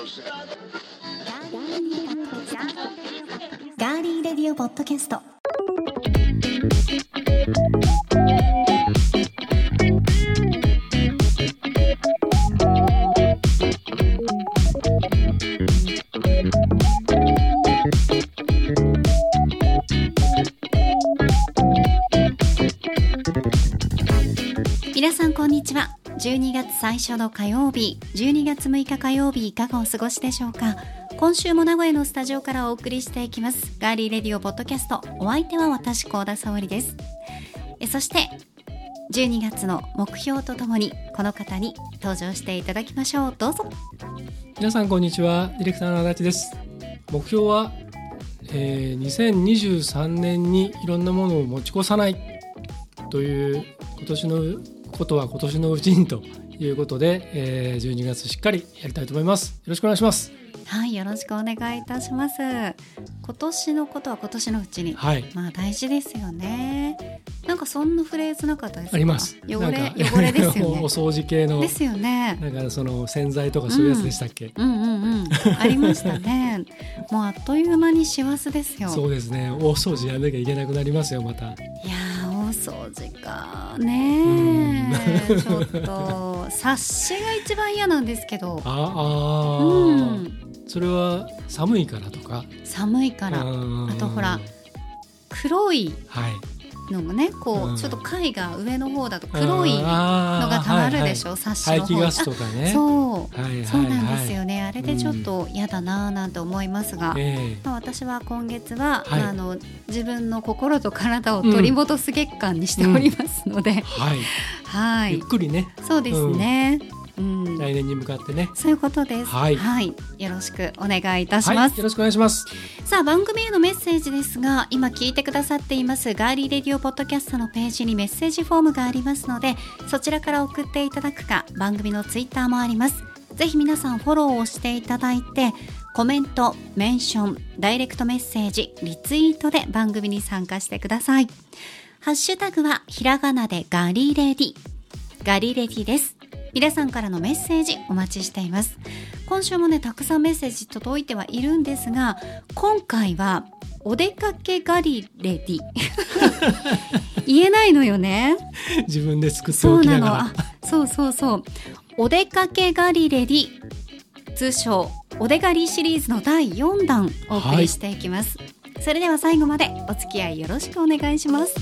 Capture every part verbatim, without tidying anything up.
ガーリーレディオポッドキャスト。皆さんこんにちは。じゅうにがつ最初の火曜日、じゅうにがつむいか火曜日、いかがお過ごしでしょうか。今週も名古屋のスタジオからお送りしていきますガーリーレディオポッドキャスト。お相手は私、幸田沙織です。えそしてじゅうにがつの目標とともにこの方に登場していただきましょう。どうぞ。 皆さんこんにちは。ディレクターの足立です。目標は、えー、にせんにじゅうさんねんにいろんなものを持ち越さないという今年のことは今年のうちにということで、えー、じゅうにがつしっかりやりたいと思います。よろしくお願いします。 はい、よろしくお願いいたします。今年のことは今年のうちに、はい、まあ大事ですよね。なんかそんなフレーズなかったですか？ あります。 汚れ汚れですよね。 お掃除系のですよね。 なんかその洗剤とかそういうやつでしたっけ？ うん、うんうんうんありましたね。もうあっという間に師走ですよ。 そうですね。大掃除やんなきゃいけなくなりますよまた。いや大掃除かね。ちょっと察しが一番嫌なんですけど。 ああ、うん、それは寒いからとか。 寒いから。あとほら黒いのもね、こうちょっと貝が上の方だと黒いのがたまるでしょ、サッシの方。 排気ガスとかね。 そう、はいはいはい、そうなんですよね。あれでちょっと嫌だななんて思いますが、うんえーまあ、私は今月は、はいまあ、あの自分の心と体を取り戻す月間にしておりますので、うんうんはいはい、 ゆっくりね。 そうですね、うんうん、 来年に向かってね。 そういうことです、はいはい、よろしくお願いいたします、 はい、よろしくお願いします。 さあ番組へのメッセージですが、今聞いてくださっていますガーリーレディオポッドキャストのページにメッセージフォームがありますので、そちらから送っていただくか、番組のツイッターもあります。ぜひ皆さんフォローをしていただいて、コメント、メンション、ダイレクトメッセージ、リツイートで番組に参加してください。ハッシュタグはひらがなでガリレディ、ガリレディです。皆さんからのメッセージお待ちしています。今週もねたくさんメッセージ届いてはいるんですが、今回はお出かけガリレディ言えないのよね。 自分で作っておきながら。 そうなの。あ、そうそうそう。お出かけガリレディ、通称お出ガリシリーズのだいよんだんお送りしていきます、はい、それでは最後までお付き合いよろしくお願いします。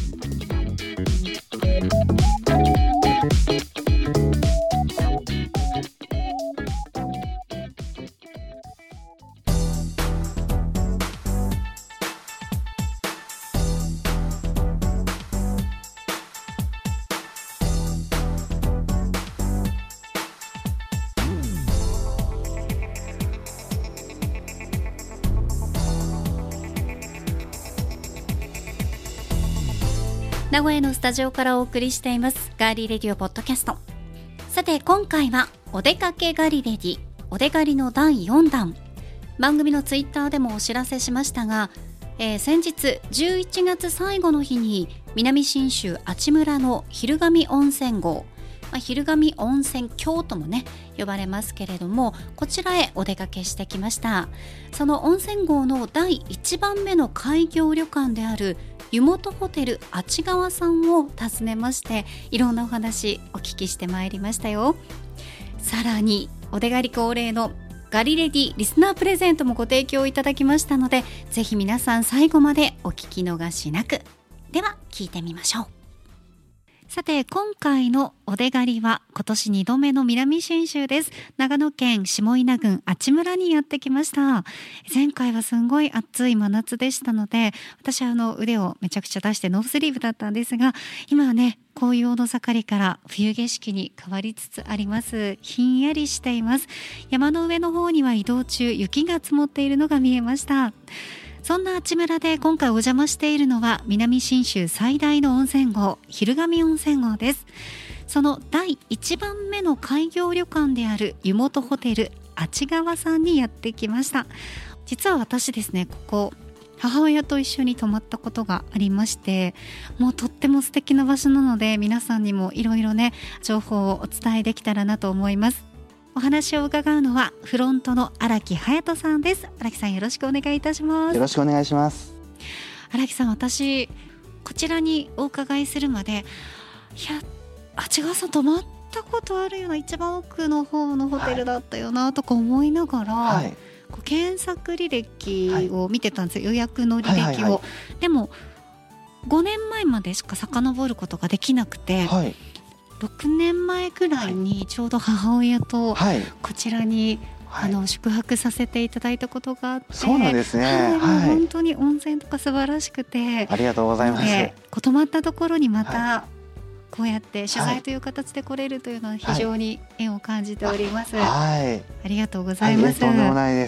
名古屋のスタジオからお送りしていますガーリーレディオポッドキャスト。さて今回はお出かけガリレディ、お出ガリのだいよんだん。番組のツイッターでもお知らせしましたが、えー、先日じゅういちがつ最後の日に南信州阿智村の昼神温泉郷、まあ、昼神温泉郷ともね呼ばれますけれども、こちらへお出かけしてきました。その温泉郷のだいいちばんめの開業旅館である湯本ホテルあちがわさんを訪ねまして、いろんなお話お聞きしてまいりましたよ。さらにお出ガリ恒例のガリレディリスナープレゼントもご提供いただきましたので、ぜひ皆さん最後までお聞き逃しなく。では聞いてみましょう。さて今回のお出ガリは今年にどめの南信州です。長野県下稲郡阿智村にやってきました。前回はすんごい暑い真夏でしたので、私はあの腕をめちゃくちゃ出してノースリーブだったんですが、今はね紅葉の盛りから冬景色に変わりつつあります。ひんやりしています。山の上の方には移動中雪が積もっているのが見えました。そんな阿智村で今回お邪魔しているのは南信州最大の温泉郷、昼神温泉郷です。そのだいいちばんめの開業旅館である湯本ホテルあちがわさんにやってきました。実は私ですね、ここ母親と一緒に泊まったことがありまして、もうとっても素敵な場所なので、皆さんにもいろいろね情報をお伝えできたらなと思います。おお話を伺うのはフロントの荒木隼人さんです。荒木さん、よろしくお願いいたします。 よろしくお願いします。 荒木さん、私こちらにお伺いするまで、いや、あちがわさん泊まったことあるような一番奥の方のホテルだったよなとか思いながら、はい、こう検索履歴を見てたんですよ、はい、予約の履歴を、はいはいはい、でもごねんまえまでしか遡ることができなくて、はい、ろくねんまえくらいにちょうど母親とこちらに、はい、あの宿泊させていただいたことがあって、 そうなんですね、 はい、本当に温泉とか素晴らしくて、 ありがとうございます。 こう泊まったところにまたこうやって取材という形で来れるというのは非常に縁を感じております、はい、ありがとうございます。 とんでもないです。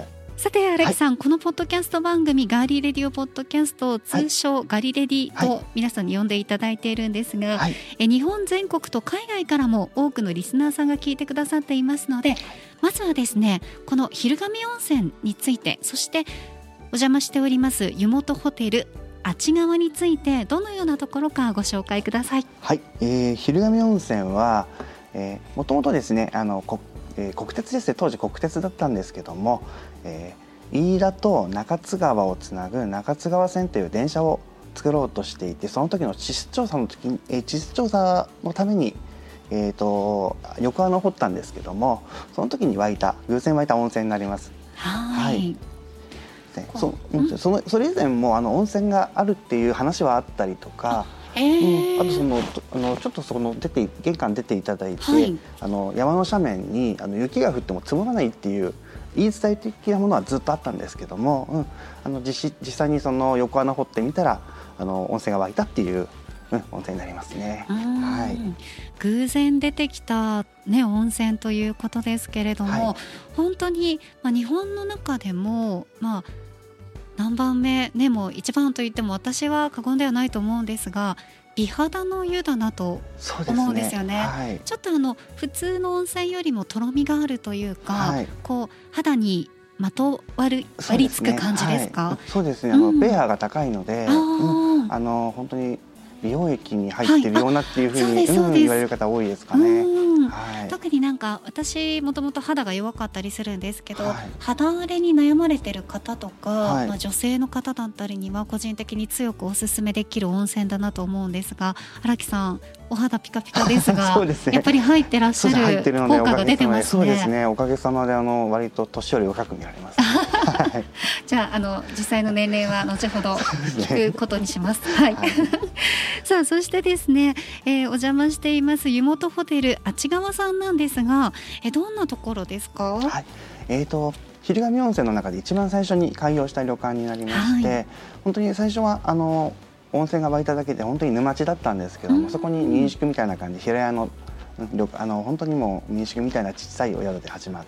さて荒木さん、はい、このポッドキャスト番組ガーリーレディオポッドキャスト、通称、はい、ガリレディと皆さんに呼んでいただいているんですが、はい、え日本全国と海外からも多くのリスナーさんが聞いてくださっていますので、まずはですね、この昼神温泉について、そしてお邪魔しております湯本ホテルあちがわについてどのようなところかご紹介ください。 はい、えー、昼神温泉は、えー、もともとですね、あの国えー、国鉄ですね、当時国鉄だったんですけども、えー、飯田と中津川をつなぐ中津川線という電車を作ろうとしていて、その時の地質調査の時に、えー、地質調査のために、えー、と横穴を掘ったんですけども、その時に湧いた偶然湧いた温泉になります。 はい、はいね、そ, そ, のそれ以前もあの温泉があるっていう話はあったりとか、 えーうん、あとそのあのちょっとその出て玄関出ていただいて、はい、あの山の斜面にあの雪が降っても積もらないっていう言い伝え的なものはずっとあったんですけども、うん、あの 実, 実際にその横穴掘ってみたらあの温泉が湧いたっていう、うん、温泉になりますね。はい、 偶然出てきた、ね、温泉ということですけれども、はい、本当に、まあ、日本の中でも、まあ何番目、ね、もう一番と言っても私は過言ではないと思うんですが、美肌の湯だなと思うんですよね。はい、ちょっとあの普通の温泉よりもとろみがあるというか、はい、こう肌にまとわりつく感じですか？ そうですね、はい、そうですね、あの、うん、ペアが高いので、あ、うん、あの本当に美容液に入ってるようなっていうふうに、うん、言われる方多いですかね。はい、 特になんか私もともと肌が弱かったりするんですけど、はい、肌荒れに悩まれてる方とか、はい、まあ、女性の方だったりには個人的に強くおすすめできる温泉だなと思うんですが、荒木さんお肌ピカピカですがそうです、ね、やっぱり入ってらっしゃる効果が出てますね。 そうですね、おかげさまであの割と年寄り若く見られます、ねはい、 じゃあ、あの実際の年齢は後ほど聞くことにします。はいはい、さあ、そしてですね、えー、お邪魔しています湯本ホテルあちがわさんなんですが、えどんなところですか？ はい、えーと昼神温泉の中で一番最初に開業した旅館になりまして、はい、本当に最初はあの温泉が湧いただけで本当に沼地だったんですけども、そこに民宿みたいな感じで平屋のあの本当にもう民宿みたいな小さいお宿で始まって、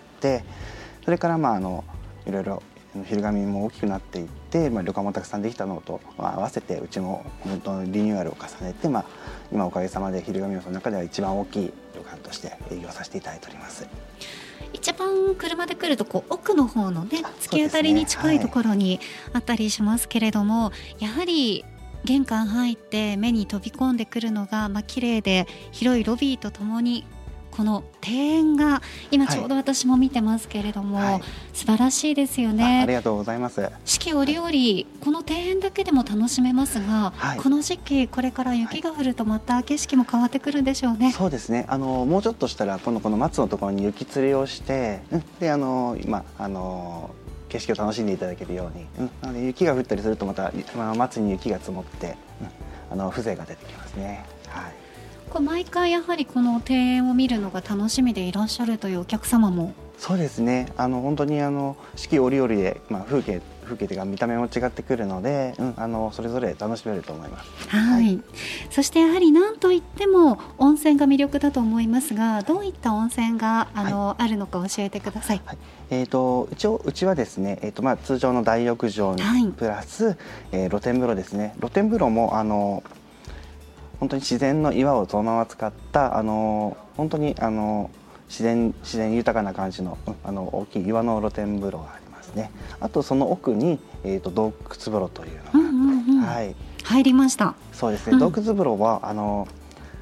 それからまああのいろいろ昼神も大きくなっていって、まあ、旅館もたくさんできたのと合わせてうちも本当にリニューアルを重ねて、まあ、今おかげさまで昼神温泉の中では一番大きい旅館として営業させていただいております。 一番車で来るとこう奥の方のね、突き当たりに近いところにあったりしますけれども、はい、やはり玄関入って目に飛び込んでくるのが、まあ綺麗で広いロビーとともにこの庭園が今ちょうど私も見てますけれども、はい、素晴らしいですよね。 あ, ありがとうございます。 四季折々この庭園だけでも楽しめますが、はい、この時期これから雪が降るとまた景色も変わってくるんでしょうね。 そうですね、あのもうちょっとしたらこのこの松のところに雪吊りをして、であの今あの景色を楽しんでいただけるように、うん、なので雪が降ったりするとまた松に雪が積もって、うん、あの風情が出てきますね。はい、 これ毎回やはりこの庭園を見るのが楽しみでいらっしゃるというお客様も。 そうですね、あの本当にあの四季折々で、まあ、風景風景というか見た目も違ってくるので、うん、あのそれぞれ楽しめると思います。 はい、はい、そしてやはり何といっても温泉が魅力だと思いますが、どういった温泉があの、はい、あるのか教えてください。はい、 えー、と一応うちはですね、えーとまあ、通常の大浴場にプラス、はい、えー、露天風呂ですね。露天風呂もあの本当に自然の岩をそのまま使ったあの本当にあの自然自然豊かな感じの、うん、あの大きい岩の露天風呂がありますね。あとその奥に、えー、と洞窟風呂というのが、うんうんうん、はい、 入りました。 そうですね、うん、洞窟風呂はあの、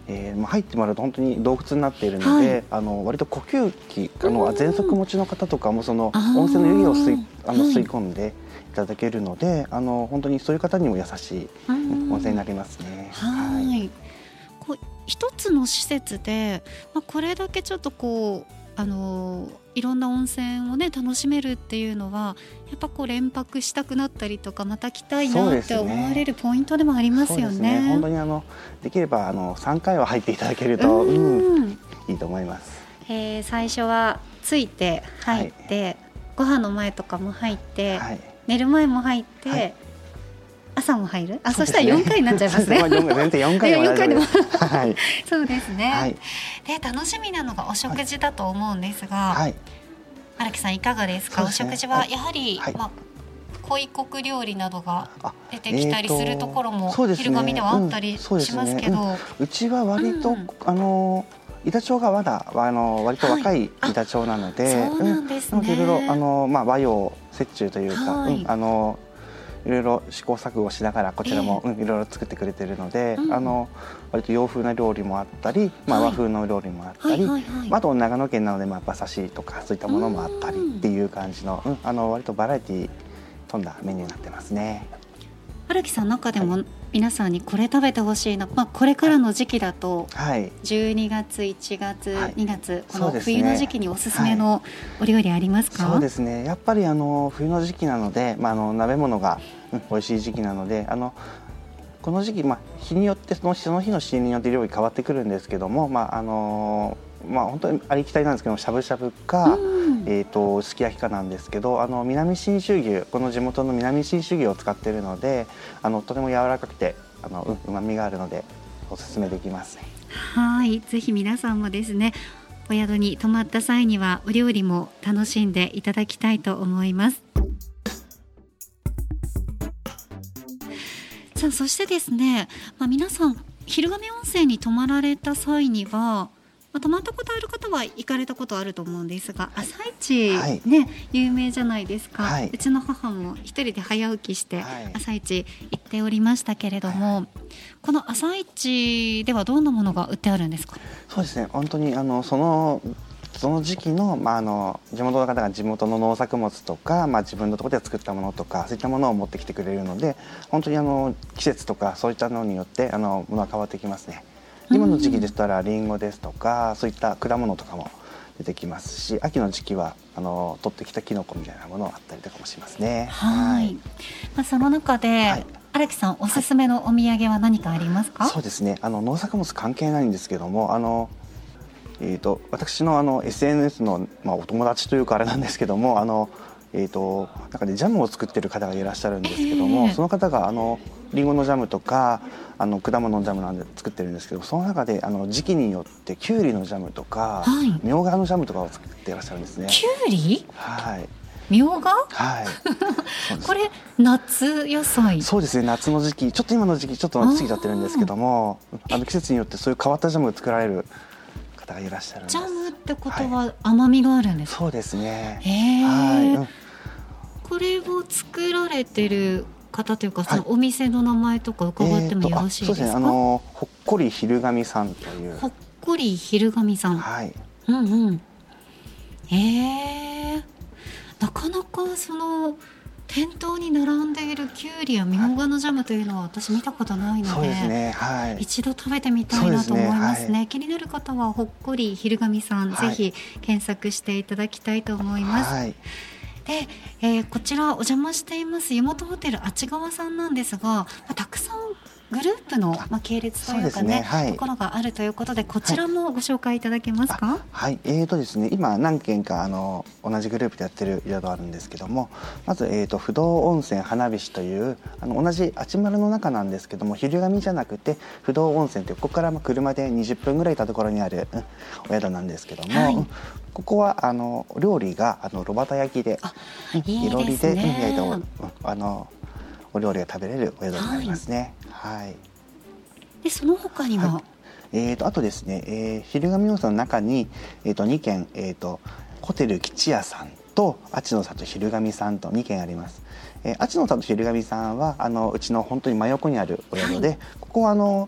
えーまあ、入ってもらうと本当に洞窟になっているので、はい、あの割と呼吸器あの喘息持ちの方とかもその温泉の湯気を吸いあの吸い込んでいただけるので、あの本当にそういう方にも優しい温泉になりますね。 はい、はい、こう一つの施設で、まあ、これだけちょっとこうあのいろんな温泉をね楽しめるっていうのはやっぱこう連泊したくなったりとかまた来たいなって思われるポイントでもありますよね。 そうですね、本当にあのできればあのさんかいは入っていただけると、うん、いいと思います。 えー、最初は着いて入って、はい、ご飯の前とかも入って、はい、寝る前も入って、はい、朝も入る。あ、 そ, ね、そしたらよんかいになっちゃいますね。 全然よんかいも大丈夫です。はい、 そうですね、 はい、 で楽しみなのがお食事だと思うんですが、はい、荒木さんいかがですか。ですね、お食事はやはり、はい、まあ、恋国料理などが出てきたりするところも、えーね、昼神ではあったりしますけど、うん、う, ねうん、うちは割と、うん、あの板町がまだあの割と若い板町なので、はい、そうなんですね、うん、いろいろあの、まあ、和洋折衷というか、はい、うん、あのいろいろ試行錯誤しながらこちらも、えーうん、いろいろ作ってくれているので、うん、あの割と洋風な料理もあったり、まあ、和風の料理もあったり、はい、あと長野県なので、まあ、馬刺しとかそういったものもあったりっていう感じの、うん、あの割とバラエティ飛んだメニューになってますね。 荒木さん中でも皆さんにこれ食べてほしいな、まあ、これからの時期だとじゅうにがついちがつ、はい、にがつこの冬の時期におすすめのお料理ありますか。 そうですね、やっぱりあの冬の時期なので、まあ、あの鍋物が、うん、美味しい時期なので、あのこの時期、まあ、日によってその、その日のシーンによって料理変わってくるんですけども、まああのまあ、本当にありきたりなんですけどしゃぶしゃぶか、うん、えーとすき焼きかなんですけど、あの南信州牛、この地元の南信州牛を使っているので、あのとても柔らかくてあのうまみがあるのでおすすめできます。 はい、ぜひ皆さんもですねお宿に泊まった際にはお料理も楽しんでいただきたいと思います。さあそしてですね、まあ、皆さん昼神温泉に泊まられた際にはまあ、泊まったことある方は行かれたことあると思うんですが、朝市、はい、ね、有名じゃないですか、はい、うちの母も一人で早起きして朝市行っておりましたけれども、はい、この朝市ではどんなものが売ってあるんですか。 そうですね、本当にあのそのその時期の、まあ、あの地元の方が地元の農作物とか、まあ、自分のところで作ったものとかそういったものを持ってきてくれるので、本当にあの季節とかそういったのによってあのものは変わってきますね。今の時期でしたらリンゴですとかそういった果物とかも出てきますし、秋の時期はあの取ってきたキノコみたいなものあったりとかもしますね。 はい、はい、まあ、その中で、はい、荒木さんおすすめのお土産は何かありますか。 はい、そうですね、あの農作物関係ないんですけども、あの、えーと、私の、あの エスエヌエス の、まあ、お友達というかあれなんですけども、あのえーと、中でジャムを作っている方がいらっしゃるんですけども、えー、その方があのリンゴのジャムとかあの果物のジャムなんで作ってるんですけど、その中であの時期によってキュウリのジャムとか、はい、みょうがのジャムとかを作っていらっしゃるんですね。 キュウリ、 はい、 みょうが、 はいこれ夏野菜。 そうですね、夏の時期、ちょっと今の時期ちょっと過ぎちゃってるんですけども、ああの季節によってそういう変わったジャムを作られる方がいらっしゃるんです。 ジャムってことは甘みがあるんですか。 はい、そうですね。 へー、はい、うん、 これを作られてる方というか、そのお店の名前とか伺ってもよろしいですか。えー、そうですね、あのほっこり昼神さんという。 ほっこり昼神さん、 はい、 うんうん、えー、なかなかその店頭に並んでいるキュウリやみょうがのジャムというのは私見たことないので、 そうですね、はい、 一度食べてみたいなと思いますね。すね、はい、気になる方はほっこり昼神さん、はい、ぜひ検索していただきたいと思います。はい、で、えー、こちらお邪魔しています湯本ホテルあちがわさんなんですが、まあ、たくさんグループの、まあ、系列というか ね, ね、はい、ところがあるということで、こちらもご紹介いただけますか。はい、 はい、えーとですね、今何軒かあの同じグループでやってる宿あるんですけども、まず、えーと不動温泉花火師というあの同じあちまるの中なんですけども、昼神じゃなくて不動温泉というここからまあ車でにじゅっぷんぐらい行ったところにある、うん、お宿なんですけども、はい、うん、ここはあの料理があの炉端焼きで、いろりで焼いた、うん、あのお料理が食べれるお宿になりますね。はい、 でその他には、はい、 えー、とあとですね、えー、昼神温泉の中に、えー、とに軒、えー、とホテル吉屋さんとあちの里昼神さんとに軒あります。えー、あちの里昼神さんはあのうちの本当に真横にあるお宿で、はい、ここはあの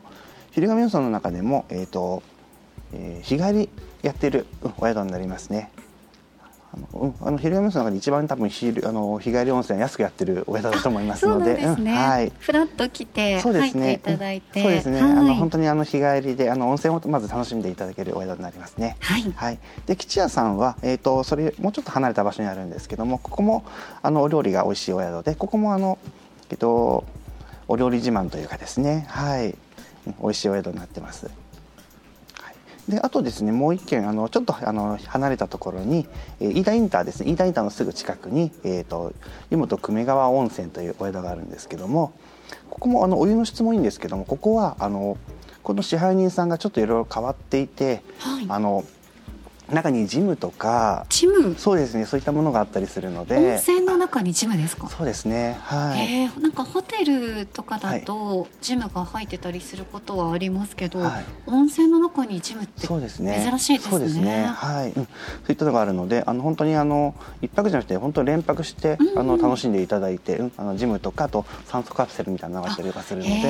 昼神温泉の中でも、えーとえー、日帰りやっている、うん、お宿になりますね。あの、うん、あの昼神温泉の中で一番多分日あの日帰り温泉安くやってるお宿だと思いますので、 そうなんですね、 うん、はい、 フラッと来て入っていただいて、 そうですね、 はい、 あの本当にあの日帰りであの温泉をまず楽しんでいただけるお宿になりますね。 はい、 はい、で吉屋さんは、えーと、それもうちょっと離れた場所にあるんですけども、ここもあのお料理が美味しいお宿で、ここもあの、えーと、お料理自慢というかですね、はい、美味しいお宿になってます。であとですね、もう一軒あのちょっとあの離れたところに、えー、飯田インターですね、飯田インターのすぐ近くに、えーと、湯本久米川温泉というお宿があるんですけども、ここもあのお湯の質もいいんですけども、ここはあのこの支配人さんがちょっといろいろ変わっていて、はい、あの中にジムとか、 ジム、 そうですね、そういったものがあったりするので。 温泉の中にジムですか？ そうですね、はい。 えー、なんかホテルとかだとジムが入ってたりすることはありますけど、はい、温泉の中にジムって珍しいですね。 そうですね、はい、うん、そういったのがあるので、あの本当にあの一泊じゃなくて本当に連泊して、うん、あの楽しんでいただいて、うん、あのジムとかあと酸素カプセルみたいなのがあったりとかするので、うん、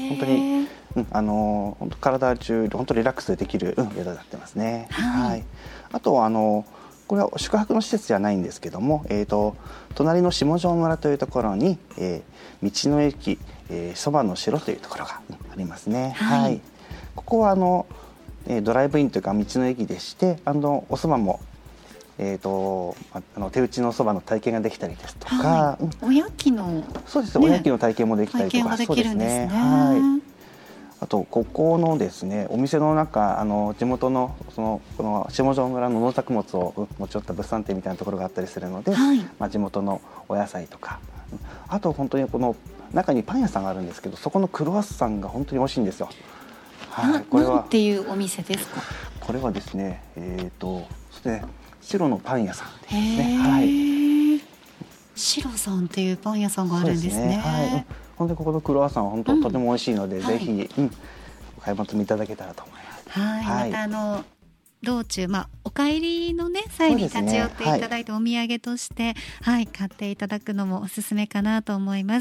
本当に、うん、あの本当体中本当リラックスできる、うん、宿になってますね。はい、はい、あとあのこれは宿泊の施設じゃないんですけども、えーと、隣の下條村というところに、えー、道の駅、えー、そばの城というところが、うん、ありますね。はいはい、ここはあの、えー、ドライブインというか道の駅でして、あのおそばも、えーと、あの手打ちのそばの体験ができたりですとか、 はい、うん、おやきの、 そうです、ね、おやきの体験もできたりとか、そうですね。はい、あとここのですね、お店の中、あの地元のそのこの下條村の農作物を持ち寄った物産展みたいなところがあったりするので、はい、まあ、地元のお野菜とか、あと本当にこの中にパン屋さんがあるんですけど、そこのクロワッサンが本当に美味しいんですよ。 はい、これはなんていうお店ですか？ これはですね、えっとそれ白のパン屋さんですね。はい、 白さんっていうパン屋さんがあるんですね。はい、 本当にここのクロワッサンは本当、うん、とても美味しいので、ぜひ、はい、うん、お買い求めいただけたらと思います。 はい、はい、またあの道中、まあ、お帰りのね際に立ち寄っていただいて、ね、はい、お土産として、はい、買っていただくのもおすすめかなと思います。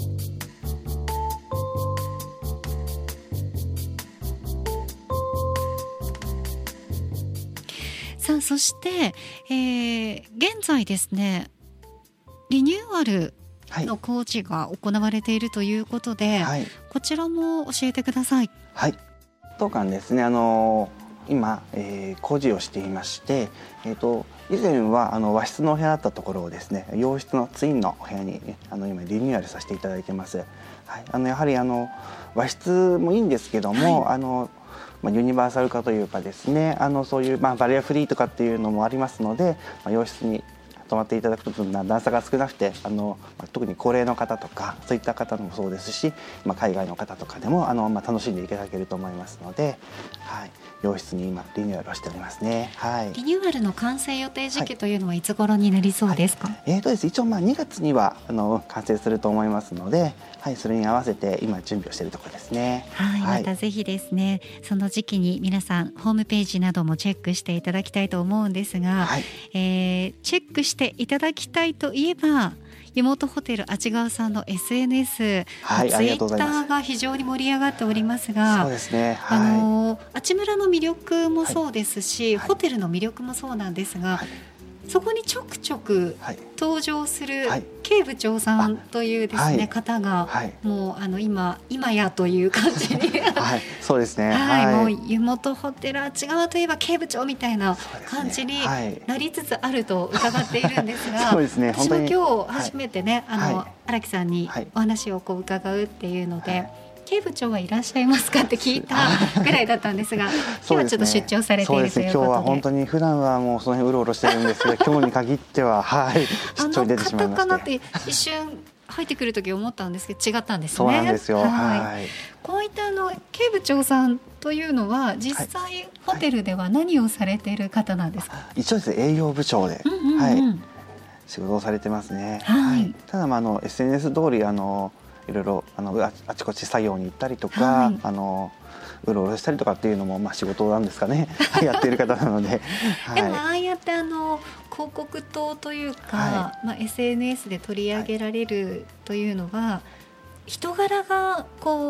さあ、そして、えー、現在ですね、リニューアルの工事が行われているということで、はい、こちらも教えてください。 はい、当館ですね、あのー、今、えー、工事をしていまして、えーと、以前はあの和室のお部屋だったところをですね、洋室のツインのお部屋にあの今リニューアルさせていただいてます。はい、あのやはりあの和室もいいんですけども、はい、あのまあ、ユニバーサル化というかですね、あのそういう、まあ、バリアフリーとかっていうのもありますので、まあ、洋室に泊まっていただくと段差が少なくて、あの、まあ、特に高齢の方とかそういった方もそうですし、まあ、海外の方とかでもあの、まあ、楽しんでいただけると思いますので、はい、洋室に今リニューアルをしておりますね。はい、 リニューアルの完成予定時期というのはいつ頃になりそうですか？はいはい、 えーとです、一応まあにがつにはあの完成すると思いますので、はい、それに合わせて今準備をしているところですね。 はい、はい、またぜひですね、その時期に皆さんホームページなどもチェックしていただきたいと思うんですが、はい、えー、チェックしていただきたいといえば、湯本ホテルあちがうさんの エスエヌエス、はい、ツイッターが非常に盛り上がっておりますが、 そうですね、はい、 あのあちむらの魅力もそうですし、はい、ホテルの魅力もそうなんですが、はい、そこにちょくちょく登場するK部長さんというですね、はい、方が、はい、もうあの今今やという感じに、 はい、そうですね、 はい、もう湯本ホテルあちがわといえばK部長みたいな感じになりつつあると伺っているんですが、 そうですね、 私も今日初めてね、はい、あの荒、はい、木さんにお話をこう伺うっていうので、はい、K部長はいらっしゃいますかって聞いたぐらいだったんですが、今日はちょっと出張されているということで、 今日は本当に普段はもうその辺うろうろしてるんですけど、今日に限っては、はい、出張に出てしまいまして、あの方かなって一瞬入ってくる時思ったんですけど違ったんですね。 そうなんですよ。はいはい、こういったあの K部長さんというのは実際ホテルでは何をされている方なんですか？はいはい、一応ですね、営業部長で、うんうんうん、はい、仕事をされてますね。はいはい、ただまああの エスエヌエス 通りあのいろいろあの あ, あちこち作業に行ったりとか、はい、あのうろうろしたりとかっていうのもまあ仕事なんですかねやっている方なので、 はい、でもああやってあの広告塔というか、はい、まあ、エスエヌエス で取り上げられるというのは、はい、人柄がこう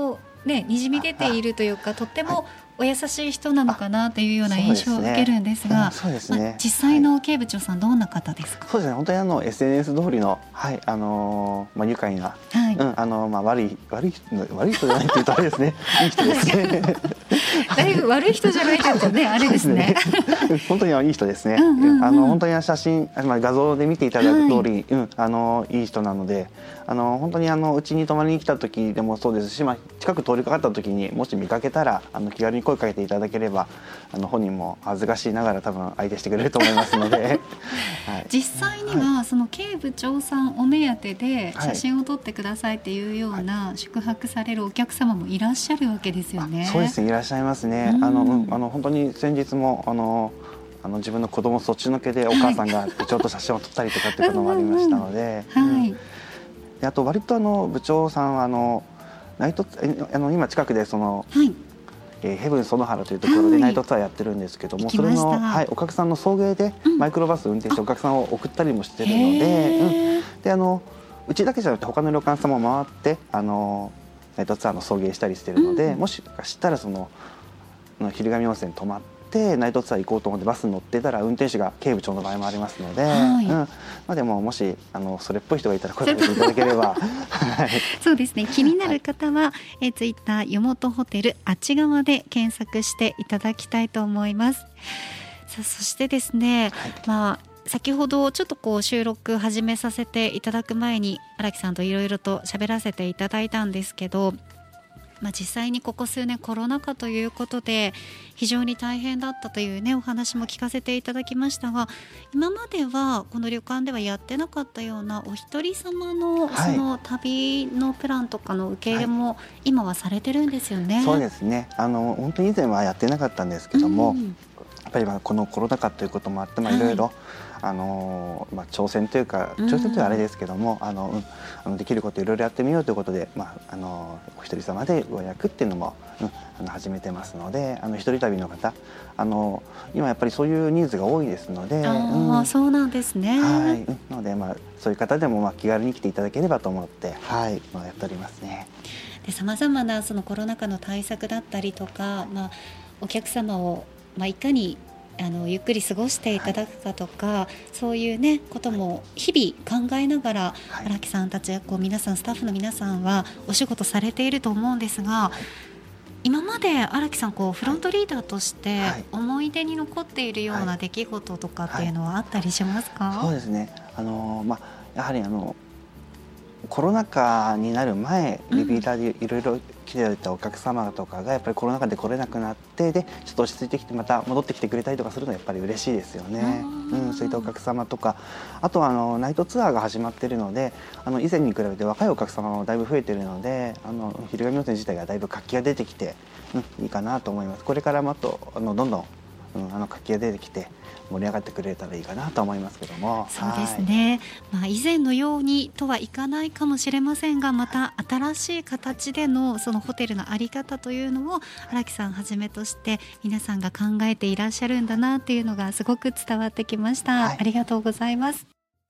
ね、にじみ出ているというか、とってもお優しい人なのかなというような印象を受けるんですが、 そうですね、 まあ、実際のK部長さん、どんな方ですか？ そうですね、本当にあの エスエヌエス 通りの、はい、あのーまあ、愉快な、はい、うん、あのまあ、悪い悪い人悪い人じゃないって言うとあれですねいい人ですねだいぶ悪い人じゃないというとねあれですね本当にいい人ですね。うんうんうん、あの本当に写真、まあ、画像で見ていただく通り、はい、うん、あのいい人なので、あの本当にあのうちに泊まりに来た時でもそうですし、まあ、近く通りかかった時にもし見かけたらあの気軽に声かけていただければ、あの本人も恥ずかしいながら多分相手してくれると思いますので、はい、 実際には、はい、そのK部長さんお目当てで写真を撮ってくださいっていうような宿泊されるお客様もいらっしゃるわけですよね。 そうですね、いらっしゃいますね。うん、あの、うん、あの本当に先日もあのあの自分の子供そっちのけでお母さんがちょっと写真を撮ったりとかっていうこともありましたので、あと割とあの部長さんはあのナイトあの今近くでその、はい、えー、ヘブン園原というところでナイトツアーやってるんですけども、はい、それの、はい、お客さんの送迎でマイクロバス運転してお客さんを送ったりもしてるので、うん、であのうちだけじゃなくて他の旅館さんも回ってあのナイトツアーの送迎したりしてるので、うん、もしかしたらその昼神温泉に泊まってナイトツアー行こうと思ってバスに乗ってたら運転手がK部長の場合もありますので、はい、うん、まあ、でももしあのそれっぽい人がいたら声かけていただければそうですね、気になる方は、はい、えツイッター湯本ホテルあっち側で検索していただきたいと思います。さあ、そしてですね、はい、まあ先ほどちょっとこう収録始めさせていただく前に荒木さんといろいろと喋らせていただいたんですけど、まあ、実際にここ数年コロナ禍ということで非常に大変だったというねお話も聞かせていただきましたが、今まではこの旅館ではやってなかったようなお一人様のその旅のプランとかの受け入れも今はされてるんですよね。はい、 そうですね、あの本当に以前はやってなかったんですけども、うん、やっぱりまあこのコロナ禍ということもあって、まあ、いろいろ、はい、あのまあ、挑戦というか挑戦というのはあれですけども、うん、あのうん、あのできることいろいろやってみようということで、まあ、あのお一人様でご予約っていうのも、うん、あの始めてますので、あの一人旅の方、あの今やっぱりそういうニーズが多いですので、 あ、うん、そうなんですね。 はい、なので、まあ、そういう方でもまあ気軽に来ていただければと思って、はい、まあ、やっておりますね。 で、さまざまなそのコロナ禍の対策だったりとか、まあ、お客様を、まあ、いかにあのゆっくり過ごしていただくかとか、はい、そういうねことも日々考えながら荒、はい、木さんたちこう皆さんスタッフの皆さんはお仕事されていると思うんですが、はい、今まで荒木さんこうフロントリーダーとして思い出に残っているような出来事とかっていうのはあったりしますか？ はいはい、そうですね、あの、まあ、やはりあのコロナ禍になる前リピーターでいろいろ来ていたお客様とかがやっぱりコロナ禍で来れなくなって、でちょっと落ち着いてきてまた戻ってきてくれたりとかするのはやっぱり嬉しいですよね。うん、そういったお客様とか、あとはあのナイトツアーが始まっているので、あの以前に比べて若いお客様もだいぶ増えているので、あの昼神温泉自体がだいぶ活気が出てきて、うん、いいかなと思います。これからもっとあのどんどん、うん、あの活気が出てきて盛り上がってくれたらいいかなと思いますけども。 そうですね、はい、まあ、以前のようにとはいかないかもしれませんが、また新しい形でのそのホテルの在り方というのを荒木さんはじめとして皆さんが考えていらっしゃるんだなというのがすごく伝わってきました。はい、ありがとうございます。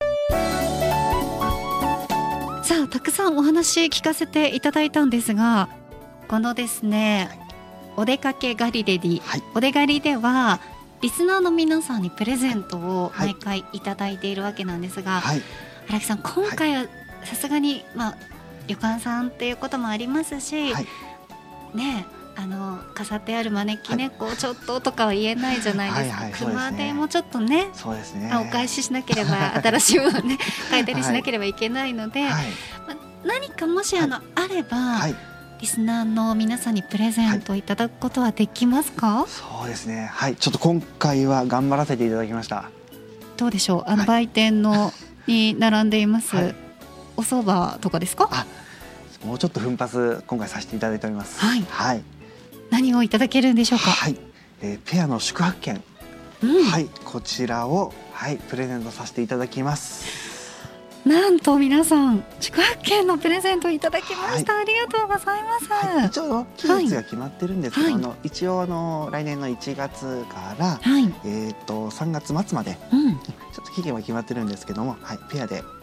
さあ、たくさんお話聞かせていただいたんですが、このですね、はい、お出かけガリレディ、はい、お出ガリではリスナーの皆さんにプレゼントを毎回いただいているわけなんですが、はい、荒木さん今回はさすがに、まあ、旅館さんっていうこともありますし、はい、ね、あの飾ってある招き猫、はい、ちょっととかは言えないじゃないですか。はいはい、熊手もちょっとね、そうですね、お返ししなければ新しいものね変えたりしなければいけないので、はい、まあ、何かもしあの、はい、あれば、はい、リスナーの皆さんにプレゼントいただくことはできますか？はい、 そうですね、はい、ちょっと今回は頑張らせていただきました。 どうでしょう、あの売店の、はい、に並んでいます、はい、お蕎麦とかですか？ あ、もうちょっと奮発今回させていただいております。 はい、はい、何をいただけるんでしょうか？ はい、えー、ペアの宿泊券、うん、はい、こちらを、はい、プレゼントさせていただきます。 なんと皆さん宿泊券のプレゼントいただきました。はい、ありがとうございます。 はい、一応期日が決まってるんですけど、はい、あの一応あの来年のいちがつから、はい、えー、とさんがつ末まで、うん、ちょっと期限は決まってるんですけども、はい、ペアで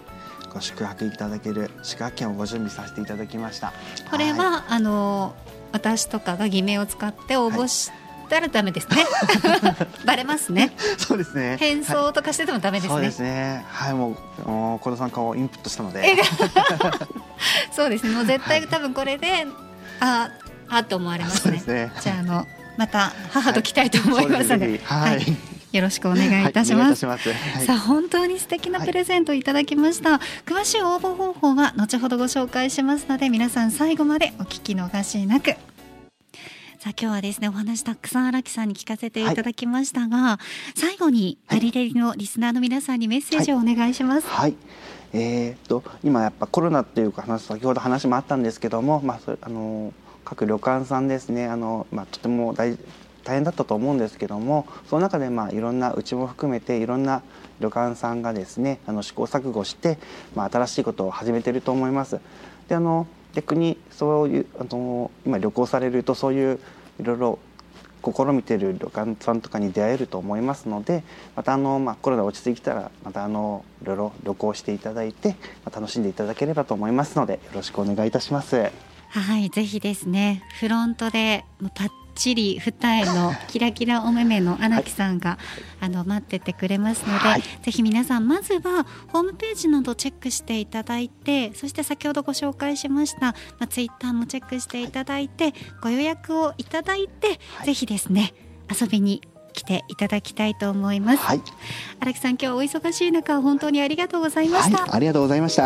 ご宿泊いただける宿泊券をご準備させていただきました。 これは、はい、あの私とかが偽名を使って応募したらダメですね、はい、バレますね。 そうですね、 変装とかしててもダメですね、はい、 そうですね、はい、もう小田さん顔をインプットしたのでそうですね、もう絶対多分これで、はい、ああと思われますね。そうですね、じゃあ、あのまた母と来たいと思いますので、はい、はい、よろしくお願いいたします。はい、さあ本当に素敵なプレゼントをいただきました、はい、詳しい応募方法は後ほどご紹介しますので、皆さん最後までお聞き逃しなく。さあ今日はですね、お話たくさん荒木さんに聞かせていただきましたが、はい、最後にガリレディのリスナーの皆さんにメッセージをお願いします。 はい、はい、えー、と今やっぱコロナっていうか話、先ほど話もあったんですけども、まあ、それあの各旅館さんですね、あの、まあ、とても大大変だったと思うんですけども、その中でまあいろんなうちも含めていろんな旅館さんがですね、あの試行錯誤して、まあ、新しいことを始めていると思います。で、あの逆にそういうあの今旅行されるとそういういろいろ試みている旅館さんとかに出会えると思いますので、またあの、まあ、コロナ落ち着いたらまたあのいろいろ旅行していただいて、まあ、楽しんでいただければと思いますので、よろしくお願いいたします。 はい、ぜひですね、フロントでパッチリ二重のキラキラお目目の荒木さんが、はい、あの待っててくれますので、はい、ぜひ皆さんまずはホームページなどチェックしていただいて、そして先ほどご紹介しました、まあ、ツイッターもチェックしていただいて、はい、ご予約をいただいて、はい、ぜひですね遊びに来ていただきたいと思います。荒、はい、木さん、今日お忙しい中本当にありがとうございました。 はい、ありがとうございました。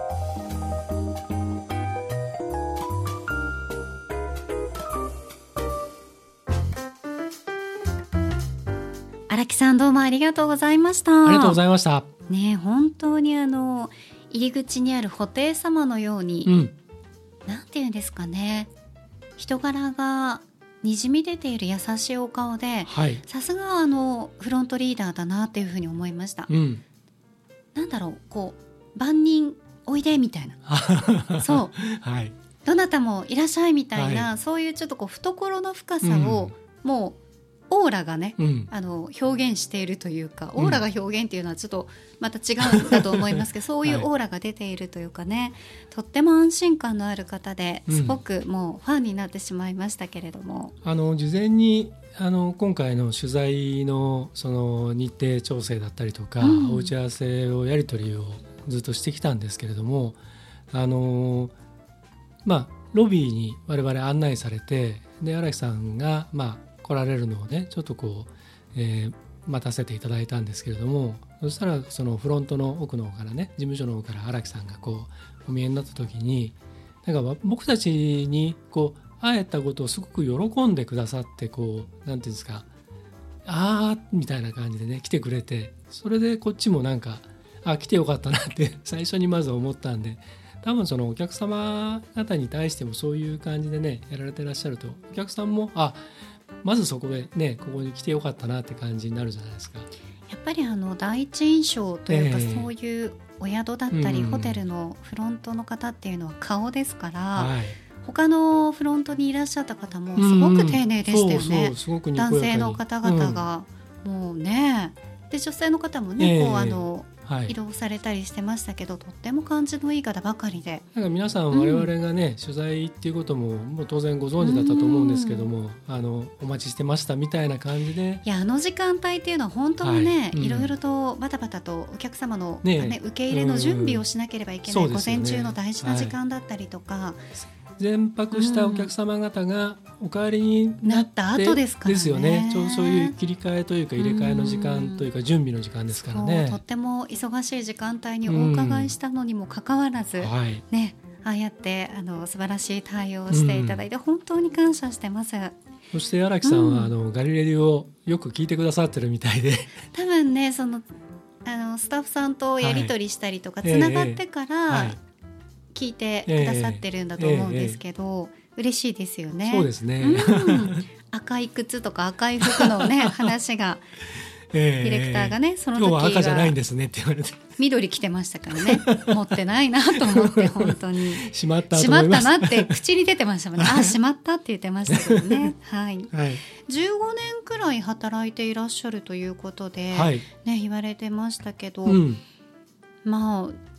荒木さん、どうもありがとうございました。 ありがとうございました。 ね、本当にあの入り口にある布袋様のように、うん、なんていうんですかね、人柄がにじみ出ている優しいお顔で、さすがあのフロントリーダーだなっていうふうに思いました。うん、なんだろう、こう万人おいでみたいなそう、はい、どなたもいらっしゃいみたいな、はい、そういうちょっとこう懐の深さを、うん、もうオーラがね、うん、あの表現しているというか、オーラが表現っていうのはちょっとまた違うんだと思いますけど、うん、そういうオーラが出ているというかね、はい、とっても安心感のある方ですごくもうファンになってしまいましたけれども、 うん、あの事前にあの今回の取材 の, その日程調整だったりとか、うん、お打ち合わせをやり取りをずっとしてきたんですけれども、あのまあロビーに我々案内されて、で荒木さんがまあ来られるのをね、ちょっとこう、えー、待たせていただいたんですけれども、そしたらそのフロントの奥の方からね、事務所の方から荒木さんがこうお見えになった時に、なんか僕たちにこう会えたことをすごく喜んでくださって、こうなんていうんですか、あーみたいな感じでね来てくれて、それでこっちもなんかあ来てよかったなって最初にまず思ったんで、多分そのお客様方に対してもそういう感じでねやられてらっしゃると、お客さんもあまずそこでねここに来てよかったなって感じになるじゃないですか。 やっぱりあの第一印象というか、えー、そういうお宿だったり、うん、ホテルのフロントの方っていうのは顔ですから、はい、他のフロントにいらっしゃった方もすごく丁寧でしたよね、うん、そうそうすごくにこやかに、男性の方々が、うん、もうね、で女性の方もね、えー、こうあのはい、移動されたりしてましたけど、とっても感じのいい方ばかりで、 なんか皆さん我々がね、うん、取材っていうことももう当然ご存知だったと思うんですけども、あのお待ちしてましたみたいな感じで、 いやあの時間帯っていうのは本当にね、はい、うん、いろいろとバタバタとお客様の、ねね、受け入れの準備をしなければいけない、うん、午前中の大事な時間だったりとか、はい、 全泊したお客様方がお帰りになってなった後ですからね。 ですよね。ちょうどそういう切り替えというか入れ替えの時間というか準備の時間ですからね。 とっても忙しい時間帯にお伺いしたのにもかかわらず、はいね、ああやってあの素晴らしい対応をしていただいて、本当に感謝してます。 そして荒木さんは、うん、あのガリレディをよく聞いてくださってるみたいで、 多分ねそのあのスタッフさんとやり取りしたりとか、はい、つながってから、えーはい、聞いてくださってるんだと思うんですけど、えーえー嬉しいですよね。 そうですね、 うん、赤い靴とか赤い服のね話がディレクターがね、その時は今日は赤じゃないんですねって言われて緑着てましたからね持ってないなと思って本当にしまったと思います。しまったなって口に出てましたもんねあ、しまったって言ってましたけどね、はい、はい、じゅうごねんくらい働いていらっしゃるということで、はい、ね、言われてましたけど、うん、まあ